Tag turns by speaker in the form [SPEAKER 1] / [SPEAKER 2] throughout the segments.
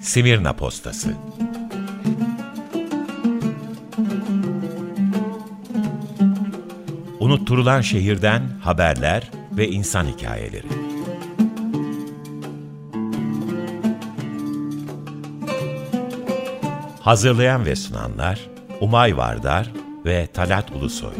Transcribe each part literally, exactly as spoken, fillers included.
[SPEAKER 1] Simirna Postası. Unutturulan şehirden haberler ve insan hikayeleri. Hazırlayan ve sunanlar Umay Vardar ve Talat Ulusoy.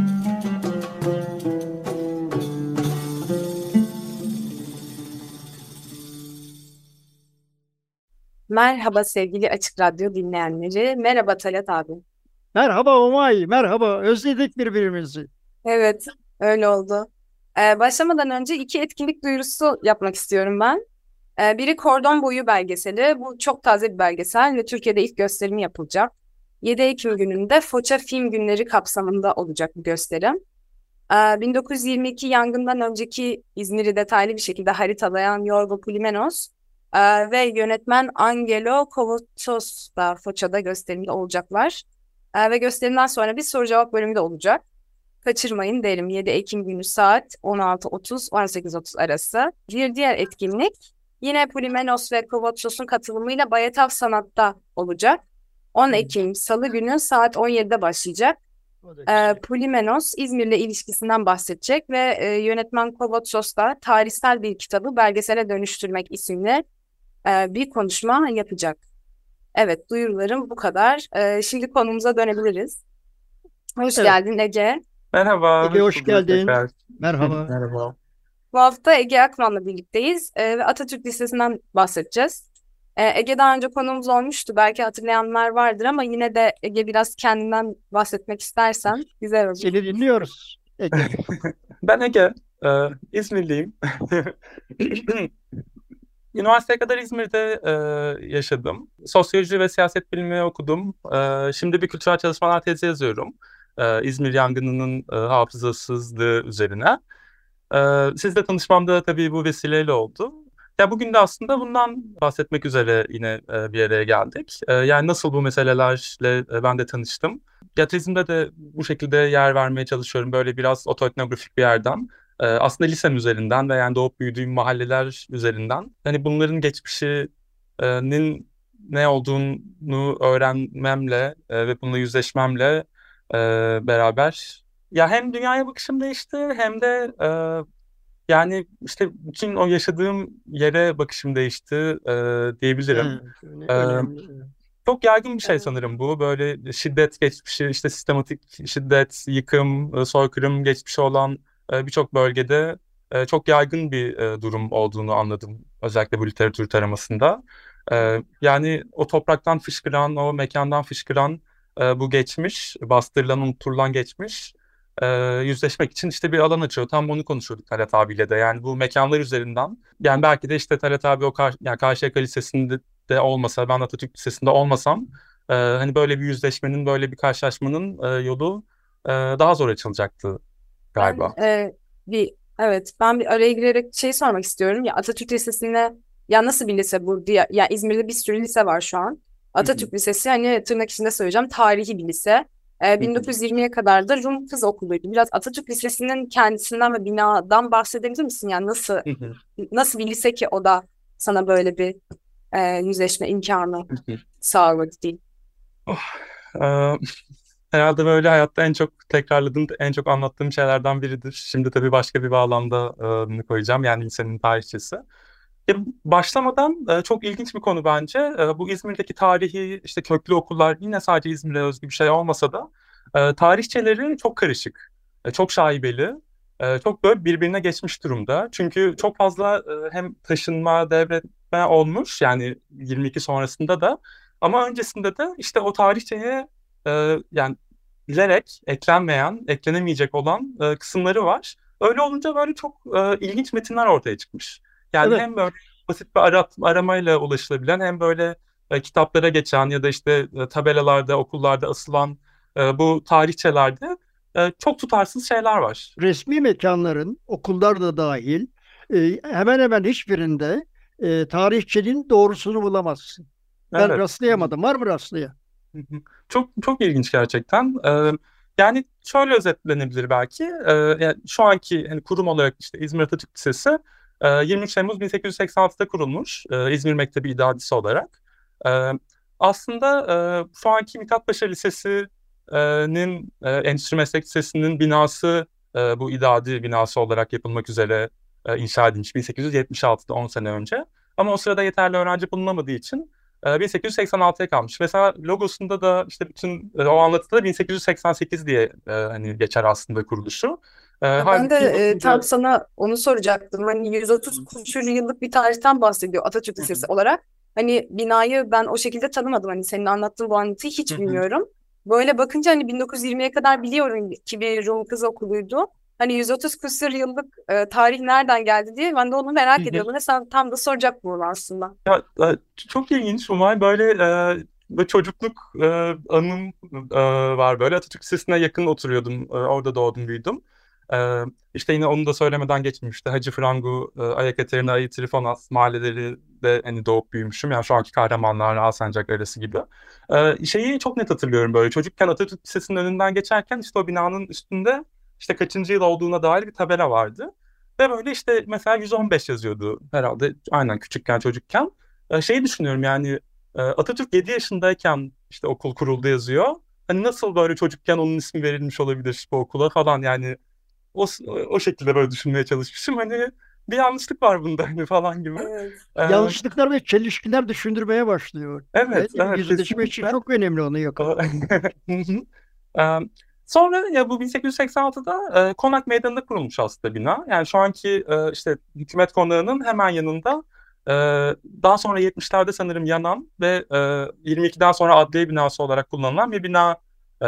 [SPEAKER 2] Merhaba sevgili Açık Radyo dinleyenleri. Merhaba Talat abi.
[SPEAKER 3] Merhaba Umay, merhaba. Özledik birbirimizi.
[SPEAKER 2] Evet, öyle oldu. Ee, başlamadan önce iki etkinlik duyurusu yapmak istiyorum ben. Ee, biri Kordon Boyu belgeseli. Bu çok taze bir belgesel ve Türkiye'de ilk gösterimi yapılacak. yedi Ekim gününde Foça Film Günleri kapsamında olacak bu gösterim. Ee, bin dokuz yüz yirmi iki yangından önceki İzmir'i detaylı bir şekilde haritalayan Yorgo Polimenos e, ve yönetmen Angelo Kovatsos da Foça'da gösterimde olacaklar. E, ve gösterimden sonra bir soru cevap bölümü de olacak. Kaçırmayın derim. yedi Ekim günü saat on altı otuz on sekiz otuz arası. Bir diğer etkinlik yine Polimenos ve Kovatsos'un katılımıyla Bayatav Sanat'ta olacak. on Ekim Salı günü saat on yedide başlayacak. E, Polimenos İzmir'le ilişkisinden bahsedecek ve e, yönetmen Kovatsos da tarihsel bir kitabı belgesele dönüştürmek isimli e, bir konuşma yapacak. Evet, duyurularım bu kadar. E, şimdi konumuza dönebiliriz. Hoş
[SPEAKER 3] Evet.
[SPEAKER 2] geldin Ege.
[SPEAKER 4] Merhaba,
[SPEAKER 3] Ege hoş
[SPEAKER 4] bulduk
[SPEAKER 3] geldin.
[SPEAKER 4] tekrar.
[SPEAKER 3] Merhaba.
[SPEAKER 4] Merhaba.
[SPEAKER 2] Bu hafta Ege Akman'la birlikteyiz e, ve Atatürk Lisesi'nden bahsedeceğiz. E, Ege daha önce konuğumuz olmuştu. Belki hatırlayanlar vardır ama yine de Ege biraz kendinden bahsetmek istersen güzel olur.
[SPEAKER 3] Seni dinliyoruz Ege.
[SPEAKER 4] Ben Ege, e, İzmirliyim. Üniversiteye kadar İzmir'de e, yaşadım. Sosyoloji ve siyaset bilimi okudum. E, şimdi bir kültürel çalışmalar tezi yazıyorum. E, İzmir yangınının e, hafızasızlığı üzerine. E, sizle tanışmam da tabii bu vesileyle oldu. Ya bugün de aslında bundan bahsetmek üzere yine e, bir araya geldik. E, yani nasıl bu meselelerle e, ben de tanıştım. Ya tezimde de bu şekilde yer vermeye çalışıyorum. Böyle biraz otoetnografik bir yerden. Ee, aslında lisem üzerinden ve yani doğup büyüdüğüm mahalleler üzerinden hani bunların geçmişinin ne olduğunu öğrenmemle e, ve bununla yüzleşmemle e, beraber ya hem dünyaya bakışım değişti hem de e, yani işte bütün o yaşadığım yere bakışım değişti e, diyebilirim.
[SPEAKER 3] Evet, öne-
[SPEAKER 4] E,
[SPEAKER 3] önemli.
[SPEAKER 4] Çok yaygın bir şey
[SPEAKER 2] Evet.
[SPEAKER 4] sanırım bu. Böyle şiddet geçmişi, işte sistematik şiddet, yıkım, e, soykırım geçmişi olan e, birçok bölgede e, çok yaygın bir e, durum olduğunu anladım. Özellikle bu literatür taramasında. E, Yani o topraktan fışkıran, o mekandan fışkıran e, bu geçmiş, bastırılan, unutulan geçmiş e, yüzleşmek için işte bir alan açıyor. Tam onu konuşuyorduk Talat abiyle de. Yani bu mekanlar üzerinden. Yani belki de işte Talat abi o kar yani Karşıyaka Lisesi'nde de olmasa, ben Atatürk Lisesi'nde olmasam e, hani böyle bir yüzleşmenin, böyle bir karşılaşmanın e, yolu e, daha zor açılacaktı
[SPEAKER 2] Ben
[SPEAKER 4] galiba.
[SPEAKER 2] e, bir evet ben bir araya girerek şey sormak istiyorum. Ya Atatürk Lisesi'ne ya nasıl bir lise bu diye ya İzmir'de bir sürü lise var şu an.
[SPEAKER 4] Hı hı,
[SPEAKER 2] Atatürk Lisesi hani tırnak içinde söyleyeceğim tarihi bir lise. E,
[SPEAKER 4] hı hı,
[SPEAKER 2] bin dokuz yüz yirmiye kadar da Rum Kız Okulu'ydu. Biraz Atatürk Lisesi'nin kendisinden ve binadan bahsedebilir misin? Yani nasıl
[SPEAKER 4] hı hı,
[SPEAKER 2] nasıl bir lise ki o da sana böyle bir e, yüzleşme imkanı
[SPEAKER 4] hı hı.
[SPEAKER 2] sağladı diyeyim.
[SPEAKER 4] Oh, e, herhalde böyle hayatta en çok tekrarladığım, en çok anlattığım şeylerden biridir. Şimdi tabii başka bir bağlamda e, bunu koyacağım. Yani lisenin tarihçesi. Ya başlamadan e, çok ilginç bir konu bence. E, bu İzmir'deki tarihi işte köklü okullar yine sadece İzmir'e özgü bir şey olmasa da e, tarihçeleri çok karışık, e, çok şaibeli, e, çok böyle birbirine geçmiş durumda. Çünkü çok fazla e, hem taşınma, devretme olmuş yani yirmi iki sonrasında da ama öncesinde de işte o tarihçeye e, yani bilerek eklenmeyen, eklenemeyecek olan e, kısımları var. Öyle olunca böyle çok e, ilginç metinler ortaya çıkmış. Yani
[SPEAKER 3] Evet,
[SPEAKER 4] hem böyle basit bir ara, aramayla ulaşılabilen hem böyle e, kitaplara geçen ya da işte e, tabelalarda, okullarda asılan e, bu tarihçelerde e, çok tutarsız şeyler var.
[SPEAKER 3] resmi mekanların, okullar da dahil, e, hemen hemen hiçbirinde e, tarihçinin doğrusunu bulamazsın. Ben
[SPEAKER 4] Evet.
[SPEAKER 3] rastlayamadım. Var mı rastlayan?
[SPEAKER 4] Hı hı. Çok çok ilginç gerçekten. Ee, yani şöyle özetlenebilir belki. Ee, yani şu anki hani kurum olarak işte İzmir Atatürk Lisesi e, yirmi üç Temmuz bin sekiz yüz seksen altıda kurulmuş. e, İzmir Mektebi İdadisi olarak. E, aslında e, şu anki Mithatpaşa Lisesi'nin e, Endüstri Meslek Lisesi'nin binası e, bu İdadi binası olarak yapılmak üzere e, inşa edilmiş bin sekiz yüz yetmiş altıda, on sene önce. Ama o sırada yeterli öğrenci bulunamadığı için bin sekiz yüz seksen altıya kalmış. Mesela logosunda da işte bütün e, o anlatıda bin sekiz yüz seksen sekiz diye e, hani geçer aslında kuruluşu. E,
[SPEAKER 2] Ben de
[SPEAKER 4] halbuki
[SPEAKER 2] e,
[SPEAKER 4] bakınca-
[SPEAKER 2] tam sana onu soracaktım. Hani yüz otuz küsur yıllık bir tarihten bahsediyor Atatürk Lisesi olarak. Hani binayı ben o şekilde tanımadım. Hani senin anlattığın bu anlatıyı hiç
[SPEAKER 4] Hı hı.
[SPEAKER 2] bilmiyorum. Böyle bakınca hani bin dokuz yüz yirmiye kadar biliyorum ki bir Rum kız okuluydu. Hani yüz otuz küsur yıllık e, tarih nereden geldi diye ben de onu merak
[SPEAKER 4] Hı hı.
[SPEAKER 2] ediyordum. Ve sen tam da soracaktım onu aslında.
[SPEAKER 4] Ya, e, çok ilginç Umay, böyle, e, böyle çocukluk e, anım e, var böyle. Atatürk Lisesi'ne yakın oturuyordum. E, orada doğdum, büyüdüm. E, işte yine onu da söylemeden geçmemişti. Hacı Frangu, e, Ayakaterina, Ayı Trifonas mahalleleri de hani doğup büyümüşüm. Yani şu anki Kahramanlar, Alsancak arası gibi. E, şeyi çok net hatırlıyorum böyle. Çocukken Atatürk Lisesi'nin önünden geçerken işte o binanın üstünde işte kaçıncı yıl olduğuna dair bir tabela vardı. Ve böyle işte mesela yüz on beş yazıyordu herhalde, aynen küçükken, çocukken. Ee, şeyi düşünüyorum yani, e, Atatürk yedi yaşındayken işte okul kuruldu yazıyor. Hani nasıl böyle çocukken onun ismi verilmiş olabilir bu okula falan, yani o, o şekilde böyle düşünmeye çalışmışım. Hani bir yanlışlık var bunda hani falan gibi.
[SPEAKER 2] Evet.
[SPEAKER 4] Ee,
[SPEAKER 3] Yanlışlıklar ve çelişkiler düşündürmeye başlıyor.
[SPEAKER 4] evet,
[SPEAKER 3] Ve
[SPEAKER 4] evet,
[SPEAKER 3] yüzleşme için
[SPEAKER 4] kesinlikle.
[SPEAKER 3] çok önemli onu yakalamak.
[SPEAKER 4] Hı hı. Ee, Sonra ya bu bin sekiz yüz seksen altıda e, Konak Meydanı'nda kurulmuş aslında bina. Yani şu anki e, işte hükümet konağının hemen yanında, e, daha sonra yetmişlerde sanırım yanan ve e, yirmi ikiden sonra adliye binası olarak kullanılan bir bina e,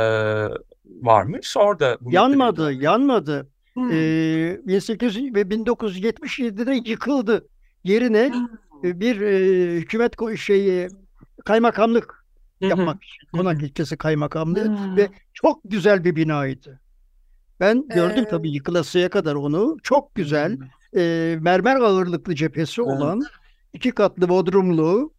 [SPEAKER 4] varmış. Orada bu
[SPEAKER 3] Yanmadı,
[SPEAKER 4] mektebin-
[SPEAKER 3] yanmadı.
[SPEAKER 4] Hmm.
[SPEAKER 3] Ee, bin sekiz yüz ve bin dokuz yüz yetmiş yedide yıkıldı. Yerine e, bir e, hükümet ko- şeyi kaymakamlık
[SPEAKER 4] Hı hı.
[SPEAKER 3] yapmak için.
[SPEAKER 4] Hı hı.
[SPEAKER 3] Konak ilçesi kaymakamlığı
[SPEAKER 4] Hmm.
[SPEAKER 3] ve çok güzel bir binaydı. Ben gördüm
[SPEAKER 2] Ee,
[SPEAKER 3] tabii yıkılasıya kadar onu. Çok güzel,
[SPEAKER 4] Hmm.
[SPEAKER 3] e, mermer ağırlıklı cephesi
[SPEAKER 4] Evet.
[SPEAKER 3] olan iki katlı bodrumlu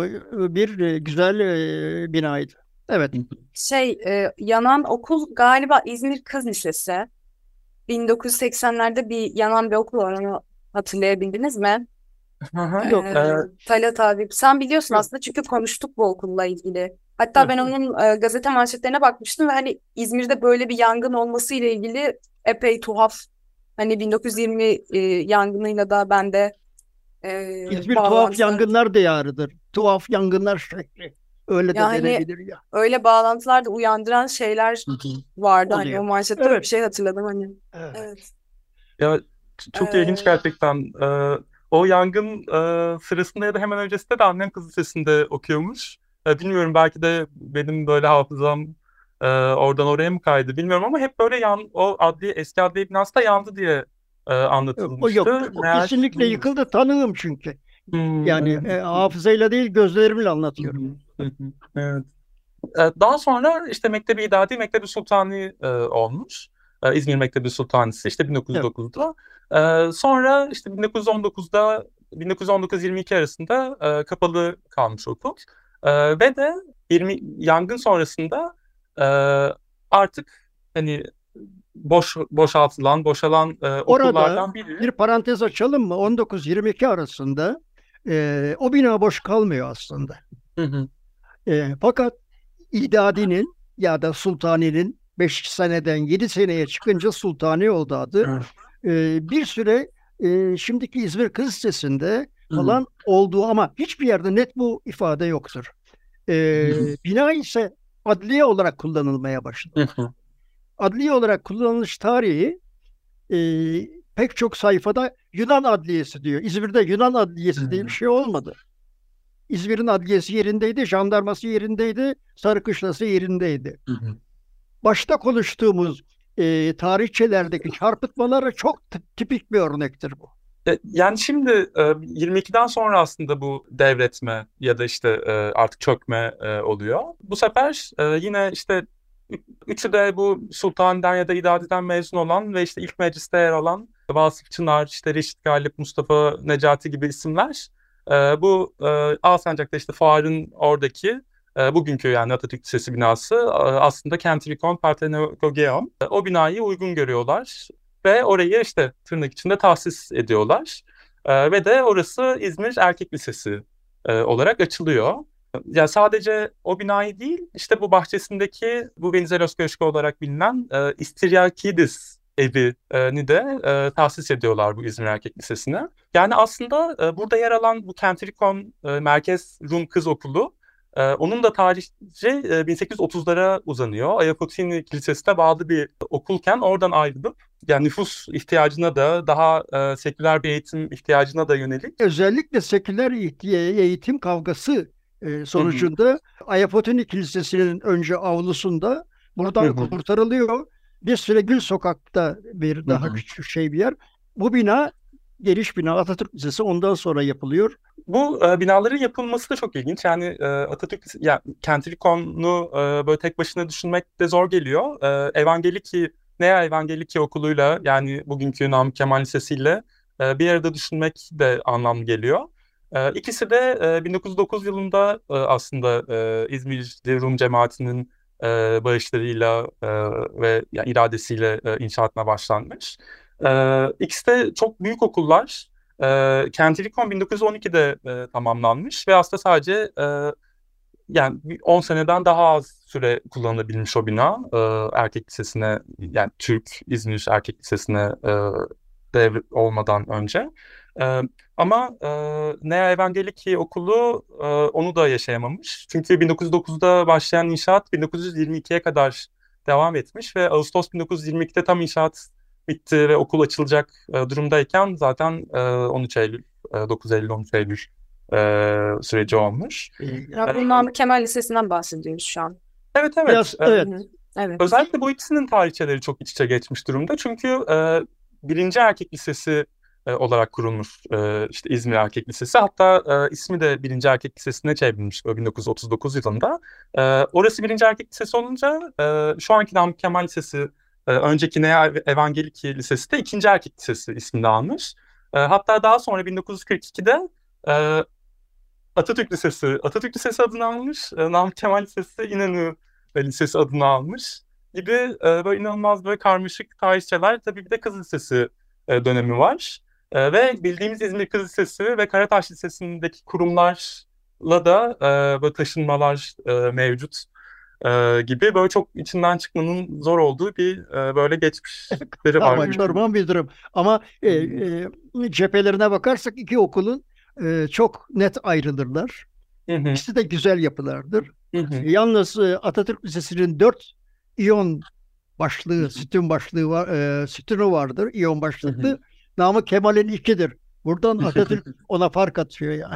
[SPEAKER 3] e, bir e, güzel e, binaydı. Evet.
[SPEAKER 2] Şey e, yanan okul galiba İzmir Kız Lisesi. bin dokuz yüz seksenlerde bir yanan bir okul var, onu hatırlayabildiniz mi?
[SPEAKER 4] Hı hı.
[SPEAKER 3] Yok.
[SPEAKER 2] Ee,
[SPEAKER 4] Ee,
[SPEAKER 2] Talat abi sen biliyorsun
[SPEAKER 3] Yok.
[SPEAKER 2] aslında çünkü konuştuk bu okulla ilgili. Hatta ben onun e, gazete manşetlerine bakmıştım ve hani İzmir'de böyle bir yangın olması ile ilgili epey tuhaf. Hani bin dokuz yüz yirmi e, yangınıyla da bende e,
[SPEAKER 3] İzmir tuhaf
[SPEAKER 2] bağlantılar.
[SPEAKER 3] yangınlar diyarıdır. Tuhaf yangınlar şehri. Öyle de
[SPEAKER 2] Ya hani
[SPEAKER 3] denebilir ya.
[SPEAKER 2] öyle bağlantılar da uyandıran şeyler
[SPEAKER 4] Hı hı.
[SPEAKER 2] vardı. Hani o
[SPEAKER 3] Oluyor.
[SPEAKER 2] manşette böyle bir
[SPEAKER 3] Evet.
[SPEAKER 2] şey hatırladım hani.
[SPEAKER 3] Evet.
[SPEAKER 2] Evet.
[SPEAKER 4] Ya ç- çok
[SPEAKER 2] Ee,
[SPEAKER 4] ilginç gerçekten. Ee, o yangın e, sırasında ya da hemen öncesinde de annem kız lisesinde okuyormuş. Ee, bilmiyorum, belki de benim böyle hafızam e, oradan oraya mı kaydı bilmiyorum, ama hep böyle yan, o adliye, eski adliye binası da yandı diye e,
[SPEAKER 3] Yok, o
[SPEAKER 4] anlatılmıştı.
[SPEAKER 3] yok. O
[SPEAKER 4] Meğer
[SPEAKER 3] kesinlikle
[SPEAKER 4] hmm,
[SPEAKER 3] yıkıldı. Tanığım çünkü.
[SPEAKER 4] hmm,
[SPEAKER 3] Yani
[SPEAKER 4] evet.
[SPEAKER 3] e, hafızayla değil gözlerimle
[SPEAKER 4] Hı
[SPEAKER 3] anlatıyorum.
[SPEAKER 4] hı, hı hı, evet. Ee, Daha sonra işte Mektebi İdadi, Mektebi Sultani e, olmuş. Ee, İzmir Mektebi Sultanisi işte
[SPEAKER 3] Evet.
[SPEAKER 4] bin dokuz yüz dokuzda. Ee, sonra işte bin dokuz yüz on dokuzda bin dokuz yüz on dokuz yirmi iki arasında e, kapalı kalmış okul. Ee, ve de yirmi yangın sonrasında e, artık hani boş boşaltılan, boşalan e,
[SPEAKER 3] Orada
[SPEAKER 4] okullardan biri.
[SPEAKER 3] bir parantez açalım mı? on dokuz yirmi iki arasında e, o bina boş kalmıyor aslında.
[SPEAKER 4] Hı hı.
[SPEAKER 3] E, fakat İdadi'nin ya da Sultani'nin beş seneden yedi seneye çıkınca Sultani oldu adı.
[SPEAKER 4] Evet.
[SPEAKER 3] E, bir süre e, şimdiki İzmir Kız Lisesi'nde
[SPEAKER 4] Hı hı.
[SPEAKER 3] falan olduğu ama hiçbir yerde net bu ifade yoktur. E, bina ise adliye olarak kullanılmaya başladı.
[SPEAKER 4] Hı hı.
[SPEAKER 3] Adliye olarak kullanılış tarihi e, pek çok sayfada Yunan Adliyesi diyor. İzmir'de Yunan Adliyesi diye bir şey olmadı. İzmir'in adliyesi yerindeydi, jandarması yerindeydi, Sarıkışlası yerindeydi.
[SPEAKER 4] Hı hı.
[SPEAKER 3] Başta konuştuğumuz e, tarihçelerdeki çarpıtmalara çok t- tipik bir örnektir bu.
[SPEAKER 4] E, Yani şimdi e, yirmi ikiden sonra aslında bu devretme ya da işte e, artık çökme e, oluyor. Bu sefer e, yine işte ü- üçü de bu Sultani'den ya da İdadi'den mezun olan ve işte ilk mecliste yer alan Vasıf Çınar, işte Reşit Galip, Mustafa Necati gibi isimler e, bu e, Alsancak'ta işte fuarın oradaki e, bugünkü yani Atatürk Lisesi binası, e, aslında Kentrikon Parthenogogeon, E, o binayı uygun görüyorlar. Ve orayı işte tırnak içinde tahsis ediyorlar. Ee, ve de orası İzmir Erkek Lisesi e, olarak açılıyor. Ya sadece o binayı değil, işte bu bahçesindeki bu Venizelos Köşkü olarak bilinen e, İstiryakidis evini de e, tahsis ediyorlar bu İzmir Erkek Lisesi'ne. Yani aslında e, burada yer alan bu Kentrikon e, Merkez Rum Kız Okulu, e, onun da tarihi e, bin sekiz yüz otuzlara uzanıyor. Ayakotini Kilisesi'ne bağlı bir okulken oradan ayrılıp yani nüfus ihtiyacına da daha e, seküler bir eğitim ihtiyacına da yönelik.
[SPEAKER 3] Özellikle seküler eğitim kavgası e, sonucunda Ayapotini Kilisesi'nin önce avlusunda buradan
[SPEAKER 4] Hı hı.
[SPEAKER 3] kurtarılıyor. Bir süre Gül Sokak'ta bir daha
[SPEAKER 4] Hı hı.
[SPEAKER 3] küçük şey bir yer. Bu bina geniş bina Atatürk Lisesi ondan sonra yapılıyor.
[SPEAKER 4] Bu e, binaların yapılması da çok ilginç. Yani e, Atatürk, ya Kentrikon'u e, böyle tek başına düşünmek de zor geliyor. E, Evangeliki, Nea Evangeliki okuluyla yani bugünkü Namık Kemal Lisesi ile e, bir arada düşünmek de anlamlı geliyor. E, ikisi de e, bin dokuz yüz dokuz yılında e, aslında e, İzmirli Rum cemaatinin e, bağışlarıyla e, ve yani iradesiyle e, inşaatına başlanmış. E, ikisi de çok büyük okullar. E, Kentrikon bin dokuz yüz on ikide e, tamamlanmış ve aslında sadece e, yani on seneden daha az süre kullanılabilmiş o bina. E, erkek lisesine yani Türk İzmir Erkek Lisesi'ne e, devr olmadan önce. E, ama e, Nea Evangeliki okulu e, onu da yaşayamamış. Çünkü bin dokuz yüz dokuzda başlayan inşaat bin dokuz yüz yirmi ikiye kadar devam etmiş ve Ağustos bin dokuz yüz yirmi ikide tam inşaat bitti ve okul açılacak e, durumdayken zaten e, on üç Eylül, e, dokuz Eylül on üç Eylül e, süreci olmuş.
[SPEAKER 2] Ya bu Namık Kemal Lisesi'nden bahsediyoruz şu an.
[SPEAKER 4] Evet evet.
[SPEAKER 3] Biraz,
[SPEAKER 4] E,
[SPEAKER 3] evet.
[SPEAKER 2] Hı hı. Evet.
[SPEAKER 4] Özellikle bu ikisinin tarihçeleri çok iç içe geçmiş durumda. Çünkü e, birinci erkek lisesi e, olarak kurulmuş e, işte İzmir Erkek Lisesi. Hatta e, ismi de birinci Erkek Lisesi'ne çevrilmiş bin dokuz yüz otuz dokuz yılında. E, orası birinci Erkek Lisesi olunca e, şu anki Namık Kemal Lisesi, e, önceki Nea Evangeliki Lisesi de ikinci Erkek Lisesi ismini almış. E, hatta daha sonra bin dokuz yüz kırk ikide e, Atatürk Lisesi, Atatürk Lisesi adını almış. E, Namık Kemal Lisesi İnönü Lisesi adını almış gibi e, böyle inanılmaz böyle karmaşık tarihçeler. Tabii bir de Kız Lisesi e, dönemi var. E, ve bildiğimiz İzmir Kız Lisesi ve Karataş Lisesi'ndeki kurumlarla da e, böyle taşınmalar e, mevcut e, gibi böyle çok içinden çıkmanın zor olduğu bir e, böyle geçmişleri var.
[SPEAKER 3] Ama çorban bir durum. Ama e, e, cephelerine bakarsak iki okulun e, çok net ayrılırlar.
[SPEAKER 4] Hı hı,
[SPEAKER 3] İkisi de güzel yapılardır.
[SPEAKER 4] hı hı,
[SPEAKER 3] Yalnız e, Atatürk Lisesi'nin dört iyon başlığı, sütun başlığı var, e, sütunu vardır, iyon başlıklı.
[SPEAKER 4] hı hı.
[SPEAKER 3] Namık Kemal'in ikidir. Buradan Atatürk ona fark atıyor yani.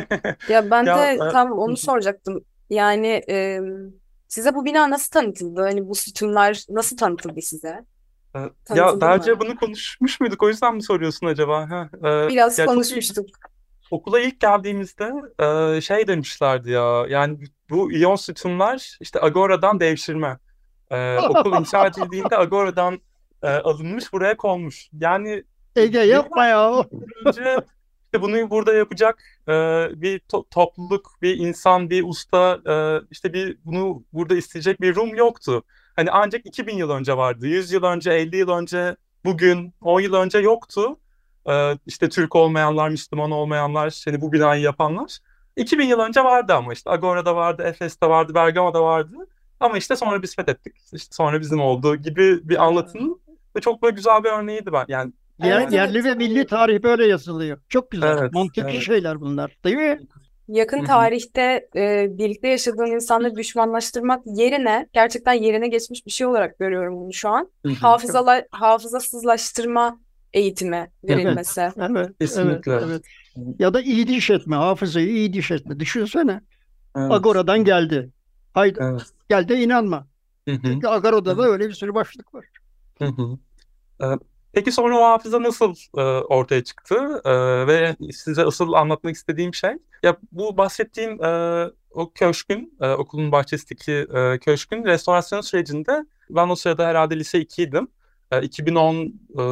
[SPEAKER 2] Ya ben
[SPEAKER 4] Ya,
[SPEAKER 2] de
[SPEAKER 4] e,
[SPEAKER 2] tam
[SPEAKER 4] hı
[SPEAKER 2] onu
[SPEAKER 4] hı.
[SPEAKER 2] soracaktım. Yani e, size bu bina nasıl tanıtıldı? Hani bu sütunlar nasıl tanıtıldı size?
[SPEAKER 4] Ee, Ya
[SPEAKER 2] Tanıtıldı
[SPEAKER 4] daha
[SPEAKER 2] mı?
[SPEAKER 4] önce bunu konuşmuş muyduk? O yüzden mi soruyorsun acaba? Ha, e,
[SPEAKER 2] Biraz
[SPEAKER 4] ya çok iyi.
[SPEAKER 2] konuşmuştuk.
[SPEAKER 4] Okula ilk geldiğimizde e, şey demişlerdi ya. Yani bu iyon sütunlar işte Agora'dan devşirme. E, okul inşa edildiğinde Agora'dan e, alınmış buraya konmuş. Yani
[SPEAKER 3] Ege yapma ya.
[SPEAKER 4] önce işte bunu burada yapacak e, bir to- topluluk, bir insan, bir usta, e, işte bir bunu burada isteyecek bir Rum yoktu. Hani ancak iki bin yıl önce vardı. yüz yıl önce, elli yıl önce, bugün, on yıl önce yoktu. E, işte Türk olmayanlar, Müslüman olmayanlar, hani bu binayı yapanlar. iki bin yıl önce vardı ama işte Agora'da vardı, Efes'te vardı, Bergama'da vardı. Ama işte sonra biz fethettik. İşte sonra bizim oldu gibi bir anlatının ve çok böyle güzel bir örneğiydi ben. Yani
[SPEAKER 3] Yer,
[SPEAKER 2] Evet,
[SPEAKER 3] yerli
[SPEAKER 2] evet.
[SPEAKER 3] ve milli tarih böyle yazılıyor. Çok güzel.
[SPEAKER 4] evet,
[SPEAKER 3] Mantıklı
[SPEAKER 4] evet.
[SPEAKER 3] şeyler bunlar, değil mi?
[SPEAKER 2] Yakın
[SPEAKER 4] Hı hı.
[SPEAKER 2] tarihte e, birlikte yaşadığın insanları düşmanlaştırmak yerine gerçekten yerine geçmiş bir şey olarak görüyorum bunu şu an.
[SPEAKER 4] Hı hı.
[SPEAKER 2] Hafızala, hafızasızlaştırma eğitimi
[SPEAKER 3] Evet,
[SPEAKER 2] verilmesi.
[SPEAKER 3] evet, evet,
[SPEAKER 4] Kesinlikle.
[SPEAKER 3] evet. Ya da iyi diş etme, hafızayı iyi diş etme. Düşünsene,
[SPEAKER 4] Evet.
[SPEAKER 3] Agora'dan geldi. Haydi,
[SPEAKER 4] Evet.
[SPEAKER 3] gel de inanma.
[SPEAKER 4] Hı hı.
[SPEAKER 3] Çünkü Agora'da da öyle bir sürü başlık var.
[SPEAKER 4] Hı hı. Ee, Peki sonra o hafıza nasıl e, ortaya çıktı? E, ve size asıl anlatmak istediğim şey, ya bu bahsettiğim e, o köşkün, e, okulun bahçesindeki e, köşkün restorasyon sürecinde ben o sırada herhalde lise ikiydim. E, iki bin on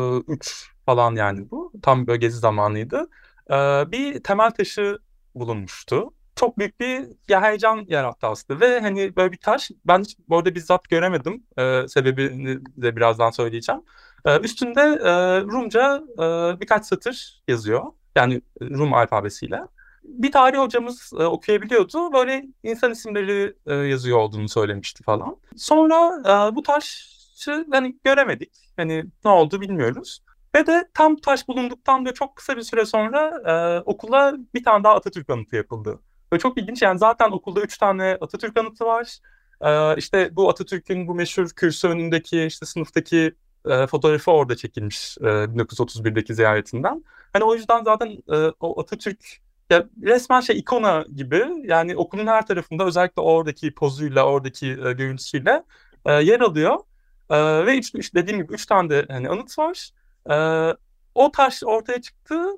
[SPEAKER 4] üç falan yani bu. Tam böyle gezi zamanıydı. E, bir temel taşı bulunmuştu. Çok büyük bir ya heyecan yarattı aslında ve hani böyle bir taş ben hiç bu arada bizzat göremedim. E, sebebini de birazdan söyleyeceğim. Ee, Üstünde e, Rumca e, birkaç satır yazıyor. Yani Rum alfabesiyle. bir tarih hocamız e, okuyabiliyordu. Böyle insan isimleri e, yazıyor olduğunu söylemişti falan. Sonra e, bu taşı hani göremedik. Hani ne oldu bilmiyoruz. Ve de tam taş bulunduktan ve çok kısa bir süre sonra e, okula bir tane daha Atatürk anıtı yapıldı. Ve çok ilginç, yani zaten okulda üç tane Atatürk anıtı var. E, işte bu Atatürk'ün bu meşhur kürsü önündeki işte sınıftaki e, fotoğrafı orada çekilmiş e, bin dokuz yüz otuz birdeki ziyaretinden. Hani o yüzden zaten e, o Atatürk ya resmen şey ikona gibi, yani okulun her tarafında özellikle oradaki pozuyla, oradaki e, görüntüsüyle e, yer alıyor. E, ve üç, üç, dediğim gibi üç tane de hani anıt var. E, O taş ortaya çıktı.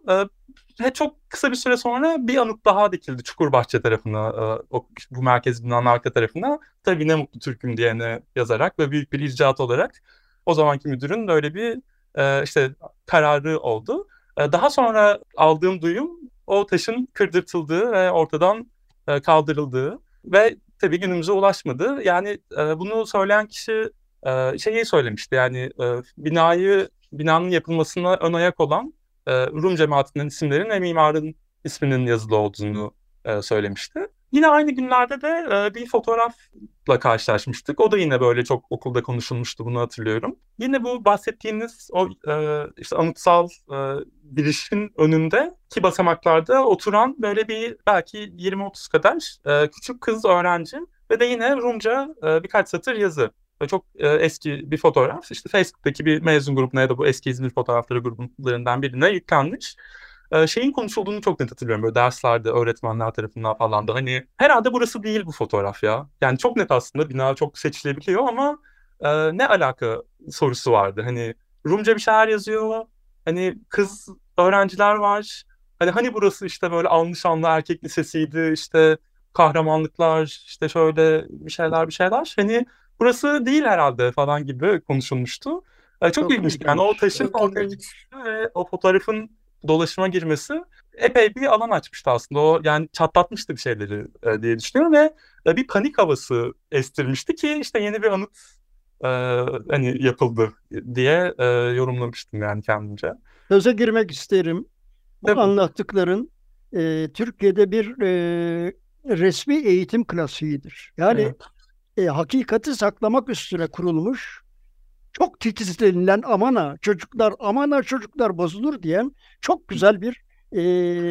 [SPEAKER 4] E, çok kısa bir süre sonra bir anıt daha dikildi Çukurbahçe tarafına, e, o, bu merkez binanın arka tarafına. Tabii ne mutlu Türk'üm diyene yazarak ve büyük bir icraat olarak o zamanki müdürün böyle bir e, işte kararı oldu. E, daha sonra aldığım duyum o taşın kırdırtıldığı ve ortadan e, kaldırıldığı ve tabii günümüze ulaşmadı. Yani e, bunu söyleyen kişi e, şeyi söylemişti, yani e, binayı binanın yapılmasına ön ayak olan e, Rum cemaatinin isimlerin ve mimarın isminin yazılı olduğunu e, söylemişti. Yine aynı günlerde de e, bir fotoğrafla karşılaşmıştık. O da yine böyle çok okulda konuşulmuştu, bunu hatırlıyorum. Yine bu bahsettiğiniz o e, işte anıtsal e, girişin önündeki basamaklarda oturan böyle bir belki yirmi otuz kadar e, küçük kız öğrenci ve de yine Rumca e, birkaç satır yazı. Ve çok e, eski bir fotoğraf. İşte Facebook'taki bir mezun grubuna ya da bu eski İzmir fotoğrafları gruplarından birine yüklenmiş. E, şeyin konuşulduğunu çok net hatırlıyorum. Böyle derslerde, öğretmenler tarafından falan da. Hani herhalde burası değil bu fotoğraf ya. Yani çok net aslında, bina çok seçilebiliyor ama e, ne alaka sorusu vardı. Hani Rumca bir şeyler yazıyor. Hani kız öğrenciler var. Hani hani burası işte böyle alnı şanlı erkek lisesiydi. İşte kahramanlıklar, işte şöyle bir şeyler bir şeyler. Hani burası değil herhalde falan gibi konuşulmuştu. E, çok
[SPEAKER 3] Çok
[SPEAKER 4] ilginçti. Yani o
[SPEAKER 3] ilginç.
[SPEAKER 4] taşın
[SPEAKER 3] Evet.
[SPEAKER 2] Çok
[SPEAKER 4] ortaya
[SPEAKER 2] ilginç.
[SPEAKER 4] çıkması ve o fotoğrafın dolaşıma girmesi epey bir alan açmıştı aslında. O yani çatlatmıştı bir şeyleri e, diye düşünüyorum ve e, bir panik havası estirmişti ki işte yeni bir anıt e, hani yapıldı diye e, yorumlamıştım yani kendimce.
[SPEAKER 3] Söze girmek isterim. Bu
[SPEAKER 4] Tabii.
[SPEAKER 3] anlattıkların e, Türkiye'de bir e, resmi eğitim klasiğidir. Yani
[SPEAKER 4] Evet.
[SPEAKER 3] e, hakikati saklamak üstüne kurulmuş, çok titizlenilen, aman ha çocuklar, aman ha çocuklar bozulur diyen çok güzel bir e,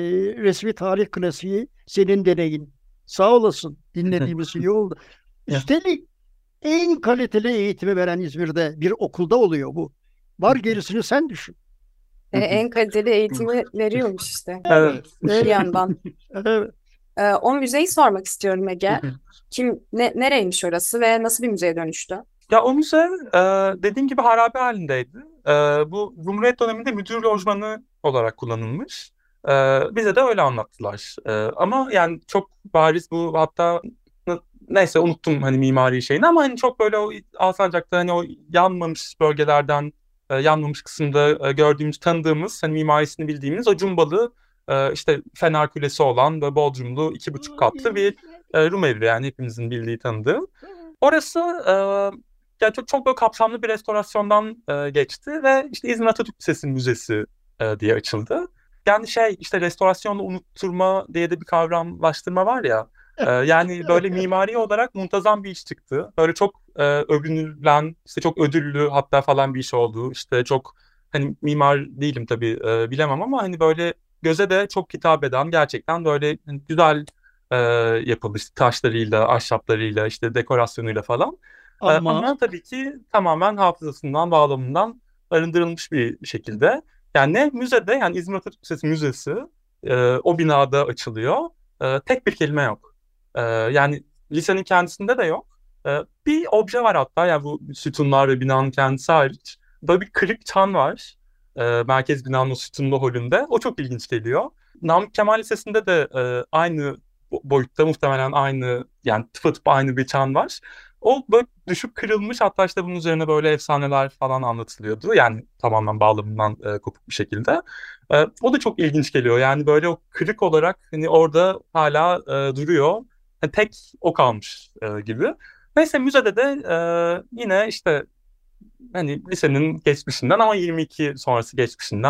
[SPEAKER 3] resmi tarih klasiği senin deneyin. Sağ olasın. Dinlediğimiz iyi oldu.
[SPEAKER 4] Evet.
[SPEAKER 3] Üstelik en kaliteli eğitimi veren İzmir'de bir okulda oluyor bu. Var gerisini sen düşün.
[SPEAKER 2] E, en kaliteli eğitimi veriyormuş işte
[SPEAKER 4] Evet.
[SPEAKER 2] bir
[SPEAKER 3] Evet,
[SPEAKER 2] yandan.
[SPEAKER 3] evet.
[SPEAKER 2] E, o müzeyi sormak istiyorum Ege. Kim, ne, nereymiş orası ve nasıl bir müzeye dönüştü?
[SPEAKER 4] Ya o müze e, dediğim gibi harabe halindeydi. E, bu Cumhuriyet döneminde müdür lojmanı olarak kullanılmış. E, bize de öyle anlattılar. E, ama yani çok bariz bu, hatta n- neyse unuttum hani mimari şeyini, ama hani çok böyle o Alsancak'ta hani o yanmamış bölgelerden e, yanmamış kısımda e, gördüğümüz, tanıdığımız, hani mimarisini bildiğimiz o cumbalı e, işte Fener Kulesi olan ve Bodrumlu iki buçuk katlı bir e, Rum evi, yani hepimizin bildiği, tanıdığı. Orası e, yani çok, çok böyle kapsamlı bir restorasyondan e, geçti ve işte İzmir Atatürk Lisesi Müzesi e, diye açıldı. Yani şey işte restorasyonla unutturma diye de bir kavramlaştırma var ya. e, yani böyle mimari olarak muntazam bir iş çıktı. Böyle çok e, övünülen, işte çok ödüllü hatta falan bir iş oldu. İşte çok hani mimar değilim tabii, e, bilemem ama hani böyle göze de çok hitap eden, gerçekten böyle hani güzel e, yapıldı. İşte taşlarıyla, ahşaplarıyla, işte dekorasyonuyla falan. Ee,
[SPEAKER 3] Ama
[SPEAKER 4] ama tabii ki tamamen hafızasından, bağlamından arındırılmış bir şekilde. Yani ne müzede, yani İzmir Atatürk Lisesi Müzesi e, o binada açılıyor. E, tek bir kelime yok. E, yani lisenin kendisinde de yok. E, bir obje var hatta, yani bu sütunlar ve binanın kendisi hariç. Böyle bir kırık çan var. E, merkez binanın o sütunlu holünde. O çok ilginç geliyor. Namık Kemal Lisesi'nde de e, aynı boyutta, muhtemelen aynı, yani tıpatıp aynı bir çan var. O böyle düşüp kırılmış, hatta işte bunun üzerine böyle efsaneler falan anlatılıyordu. Yani tamamen bağlamından e, kopuk bir şekilde. E, o da çok ilginç geliyor. Yani böyle o kırık olarak hani orada hala e, duruyor. Yani tek o kalmış e, gibi. Neyse müzede de e, yine işte hani lisenin geçmişinden ama yirmi iki sonrası geçmişinden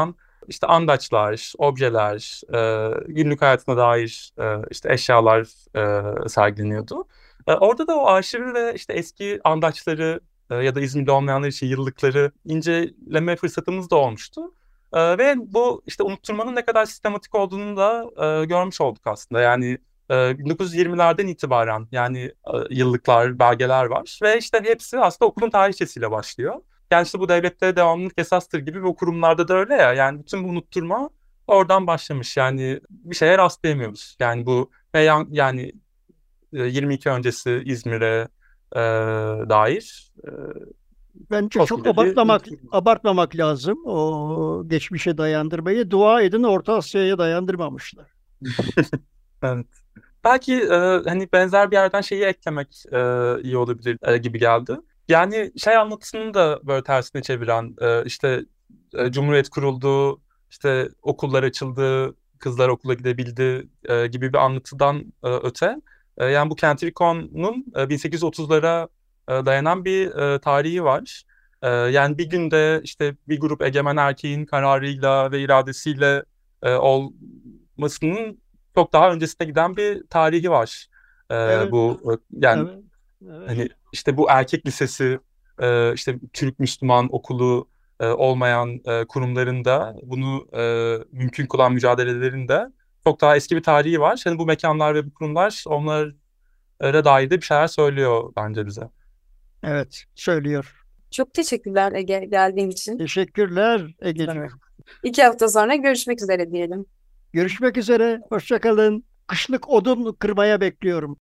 [SPEAKER 4] işte andaçlar, objeler, e, günlük hayatına dair e, işte eşyalar e, sergileniyordu. E, orada da o arşivi ve işte eski andaçları e, ya da İzmir'de olmayanlar için yıllıkları inceleme fırsatımız da olmuştu. E, ve bu işte unutturmanın ne kadar sistematik olduğunu da e, görmüş olduk aslında. Yani e, bin dokuz yüz yirmilerden itibaren yani e, yıllıklar, belgeler var ve işte hepsi aslında okulun tarihçesiyle başlıyor. Yani işte bu devlette devamlılık esastır gibi ve kurumlarda da öyle ya. Yani bütün bu unutturma oradan başlamış. Yani bir şeye rastlayamıyoruz. Yani bu ve yan- yani e, yirmi iki öncesi İzmir'e e, dair e,
[SPEAKER 3] Bence çok
[SPEAKER 4] fasulye bir
[SPEAKER 3] abartmamak
[SPEAKER 4] unutturma.
[SPEAKER 3] abartmamak lazım. O geçmişe dayandırmayı. Dua edin Orta Asya'ya dayandırmamışlar.
[SPEAKER 4] Evet. Belki e, hani benzer bir yerden şeyi eklemek e, iyi olabilir e, gibi geldi. Yani şey anlatısını da böyle tersine çeviren e, işte e, Cumhuriyet kuruldu, işte okullar açıldı, kızlar okula gidebildi e, gibi bir anlatıdan e, öte. E, yani bu Kentrikon'un e, bin sekiz yüz otuzlara e, dayanan bir e, tarihi var. E, yani bir günde işte bir grup egemen erkeğin kararıyla ve iradesiyle e, olmasının çok daha öncesine giden bir tarihi var. Ee,
[SPEAKER 3] Evet,
[SPEAKER 4] bu yani
[SPEAKER 3] evet, evet.
[SPEAKER 4] hani işte bu erkek lisesi, e, işte Türk Müslüman okulu e, olmayan e, kurumlarında bunu e, mümkün kılan mücadelelerinde çok daha eski bir tarihi var. Hani bu mekanlar ve bu kurumlar onlara dair de bir şeyler söylüyor bence bize.
[SPEAKER 3] Evet, söylüyor.
[SPEAKER 2] Çok teşekkürler Ege geldiğin için.
[SPEAKER 3] Teşekkürler Egeciğim.
[SPEAKER 2] İki hafta sonra görüşmek üzere diyelim.
[SPEAKER 3] Görüşmek üzere. Hoşça kalın. Kışlık odun kırmaya bekliyorum.